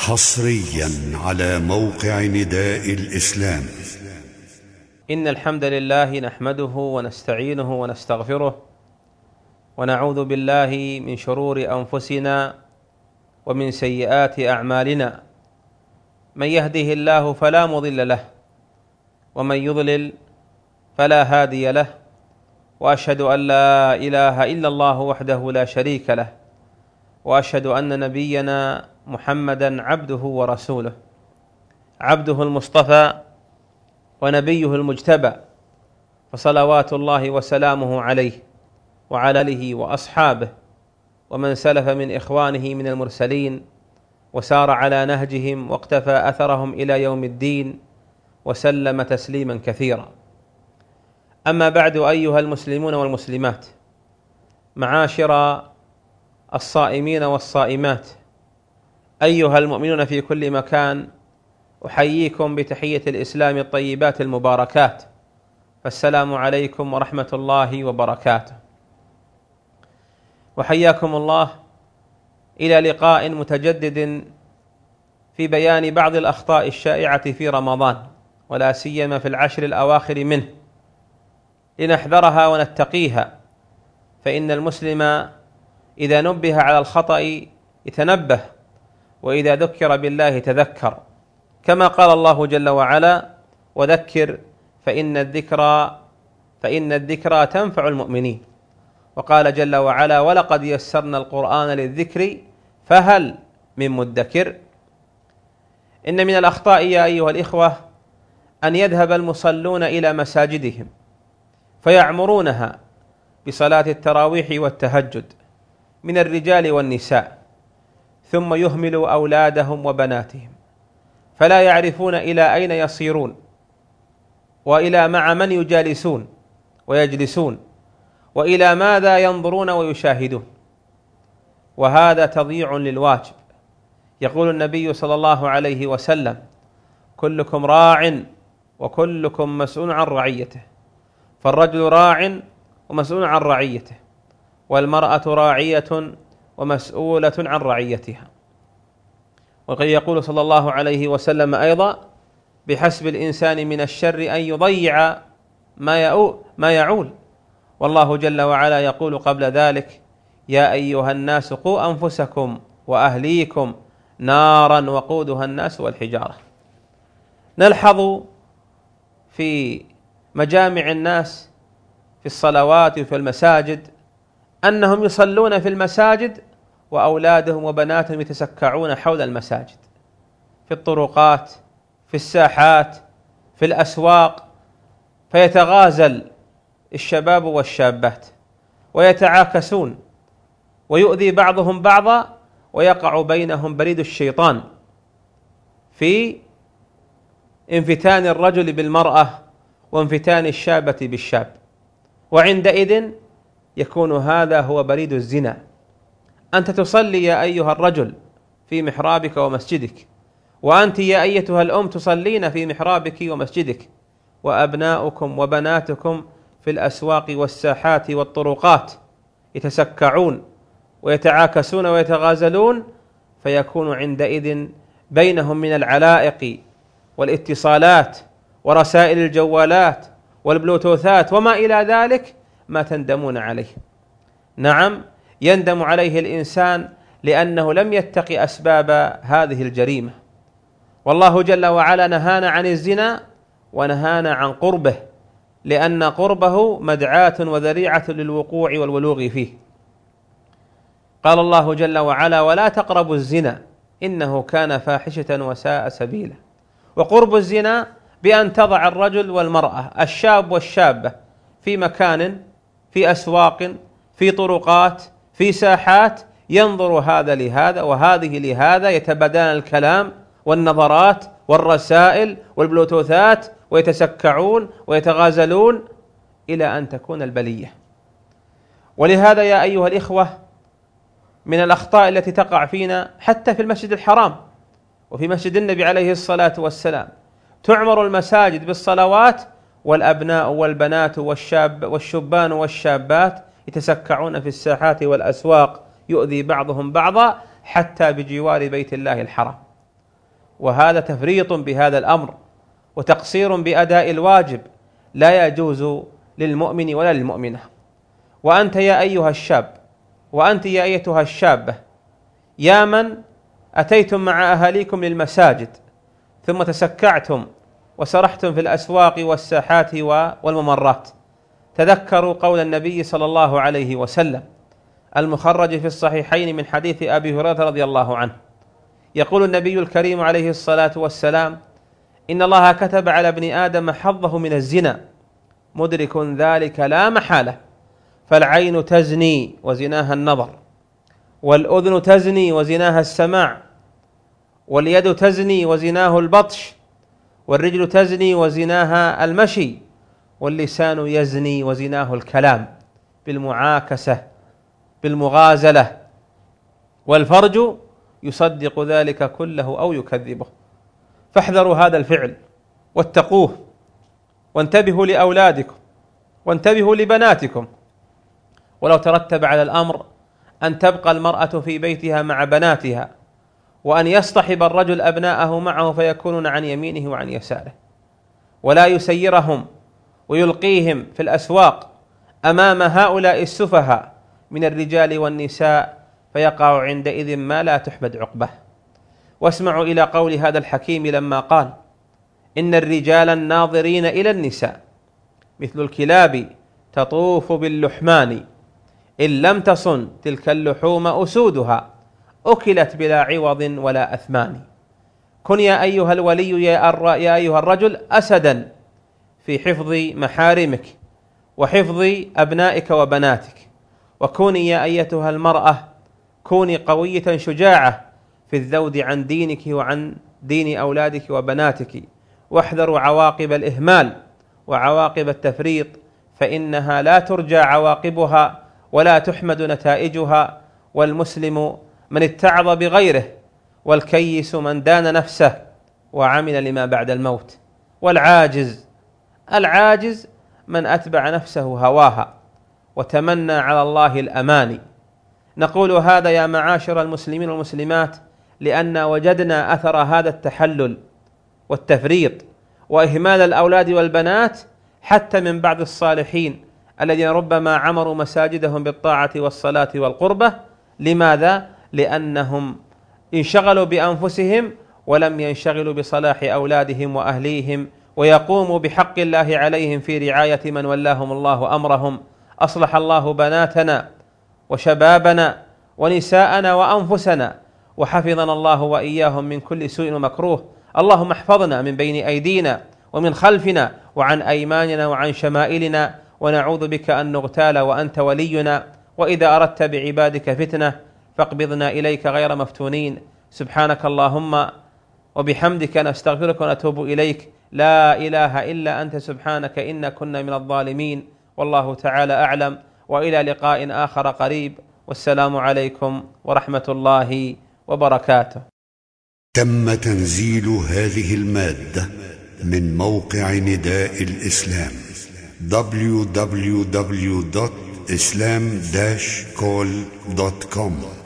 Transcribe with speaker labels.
Speaker 1: حصريا على موقع نداء الإسلام.
Speaker 2: إن الحمد لله نحمده ونستعينه ونستغفره ونعوذ بالله من شرور أنفسنا ومن سيئات أعمالنا. من يهده الله فلا مضل له ومن يضلل فلا هادي له، وأشهد أن لا إله إلا الله وحده لا شريك له، وأشهد أن نبينا محمدا عبده ورسوله، عبده المصطفى ونبيه المجتبى، فصلوات الله وسلامه عليه وعلى آله وأصحابه ومن سلف من إخوانه من المرسلين وسار على نهجهم واقتفى أثرهم إلى يوم الدين وسلم تسليما كثيرا. أما بعد، أيها المسلمون والمسلمات، معاشر الصائمين والصائمات، أيها المؤمنون في كل مكان، أحييكم بتحية الإسلام الطيبات المباركات، فالسلام عليكم ورحمة الله وبركاته. وحياكم الله إلى لقاء متجدد في بيان بعض الأخطاء الشائعة في رمضان، ولا سيما في العشر الأواخر منه، لنحذرها ونتقيها، فإن المسلم إذا نبه على الخطأ يتنبه، وإذا ذكر بالله تذكر، كما قال الله جل وعلا: وذكر فإن الذكرى تنفع المؤمنين. وقال جل وعلا: ولقد يسرنا القرآن للذكر فهل من مدكر. إن من الأخطاء يا أيها الإخوة أن يذهب المصلون إلى مساجدهم فيعمرونها بصلاة التراويح والتهجد من الرجال والنساء، ثم يهملوا أولادهم وبناتهم، فلا يعرفون إلى أين يصيرون، وإلى مع من يجالسون ويجلسون، وإلى ماذا ينظرون ويشاهدون، وهذا تضييع للواجب. يقول النبي صلى الله عليه وسلم: كلكم راع وكلكم مسؤول عن رعيته، فالرجل راع ومسؤول عن رعيته، والمرأة راعية ومسؤولة عن رعيتها. وقد يقول صلى الله عليه وسلم أيضا: بحسب الإنسان من الشر أن يضيع ما يعول. والله جل وعلا يقول قبل ذلك: يا أيها الناس قوا أنفسكم وأهليكم نارا وقودها الناس والحجارة. نلحظ في مجامع الناس في الصلوات وفي المساجد أنهم يصلون في المساجد وأولادهم وبناتهم يتسكعون حول المساجد، في الطرقات، في الساحات، في الأسواق، فيتغازل الشباب والشابات ويتعاكسون، ويؤذي بعضهم بعضا، ويقع بينهم بريد الشيطان في انفتان الرجل بالمرأة وانفتان الشابة بالشاب، وعندئذ يكون هذا هو بريد الزنا. أنت تصلي يا أيها الرجل في محرابك ومسجدك، وأنت يا أيتها الأم تصلين في محرابك ومسجدك، وأبناؤكم وبناتكم في الأسواق والساحات والطرقات يتسكعون ويتعاكسون ويتغازلون، فيكون عندئذ بينهم من العلائق والاتصالات ورسائل الجوالات والبلوتوثات وما إلى ذلك ما تندمون عليه. نعم، يندم عليه الإنسان لأنه لم يتقي أسباب هذه الجريمة. والله جل وعلا نهانا عن الزنا ونهانا عن قربه، لأن قربه مدعاة وذريعة للوقوع والولوغ فيه. قال الله جل وعلا: ولا تقربوا الزنا إنه كان فاحشة وساء سبيلا. وقرب الزنا بأن تضع الرجل والمرأة، الشاب والشابة، في مكان، في أسواق، في طرقات، في ساحات، ينظر هذا لهذا وهذه لهذا، يتبادلان الكلام والنظرات والرسائل والبلوتوثات، ويتسكعون ويتغازلون إلى أن تكون البلية. ولهذا يا أيها الإخوة من الأخطاء التي تقع فينا حتى في المسجد الحرام وفي مسجد النبي عليه الصلاة والسلام، تعمر المساجد بالصلوات، والأبناء والبنات والشبان والشابات يتسكعون في الساحات والأسواق، يؤذي بعضهم بعضا حتى بجوار بيت الله الحرام. وهذا تفريط بهذا الأمر وتقصير بأداء الواجب لا يجوز للمؤمن ولا للمؤمنة. وأنت يا أيها الشاب، وأنت يا أيتها الشابة، يا من أتيتم مع أهاليكم للمساجد ثم تسكعتم وسرحتم في الأسواق والساحات والممرات، تذكروا قول النبي صلى الله عليه وسلم المخرج في الصحيحين من حديث أبي هريرة رضي الله عنه، يقول النبي الكريم عليه الصلاة والسلام: إن الله كتب على ابن آدم حظه من الزنا، مدرك ذلك لا محالة، فالعين تزني وزناها النظر، والأذن تزني وزناها السماع، واليد تزني وزناه البطش، والرجل تزني وزناها المشي، واللسان يزني وزناه الكلام بالمعاكسة بالمغازلة، والفرج يصدق ذلك كله أو يكذبه. فاحذروا هذا الفعل واتقوه، وانتبهوا لأولادكم وانتبهوا لبناتكم. ولو ترتب على الأمر أن تبقى المرأة في بيتها مع بناتها، وأن يصطحب الرجل أبناءه معه فيكونون عن يمينه وعن يساره، ولا يسيرهم ويلقيهم في الأسواق أمام هؤلاء السفهاء من الرجال والنساء، فيقع عندئذ ما لا تحمد عقبه. واسمعوا إلى قول هذا الحكيم لما قال: إن الرجال الناظرين إلى النساء مثل الكلاب تطوف باللحمان، إن لم تصن تلك اللحوم أسودها، أكلت بلا عوض ولا أثمان. كن يا أيها الولي يا أيها الرجل أسدا في حفظ محارمك وحفظ أبنائك وبناتك، وكوني يا أيتها المرأة كوني قوية شجاعة في الذود عن دينك وعن دين أولادك وبناتك، واحذروا عواقب الإهمال وعواقب التفريط، فإنها لا ترجى عواقبها ولا تحمد نتائجها. والمسلم من اتعظ بغيره، والكيس من دان نفسه وعمل لما بعد الموت. العاجز من أتبع نفسه هواها وتمنى على الله الأماني. نقول هذا يا معاشر المسلمين والمسلمات لأن وجدنا أثر هذا التحلل والتفريط وإهمال الأولاد والبنات حتى من بعض الصالحين الذين ربما عمروا مساجدهم بالطاعة والصلاة والقربة. لماذا؟ لأنهم انشغلوا بأنفسهم ولم ينشغلوا بصلاح أولادهم وأهليهم، ويقوموا بحق الله عليهم في رعاية من ولاهم الله أمرهم. أصلح الله بناتنا وشبابنا ونساءنا وأنفسنا، وحفظنا الله وإياهم من كل سوء ومكروه. اللهم احفظنا من بين أيدينا ومن خلفنا وعن أيماننا وعن شمائلنا، ونعوذ بك أن نغتال وأنت ولينا. وإذا أردت بعبادك فتنة فاقبضنا إليك غير مفتونين. سبحانك اللهم وبحمدك نستغفرك ونتوب إليك. لا إله إلا أنت سبحانك إنا كنا من الظالمين. والله تعالى أعلم، وإلى لقاء آخر قريب، والسلام عليكم ورحمة الله وبركاته.
Speaker 1: تم تنزيل هذه المادة من موقع نداء الإسلام www.islam-call.com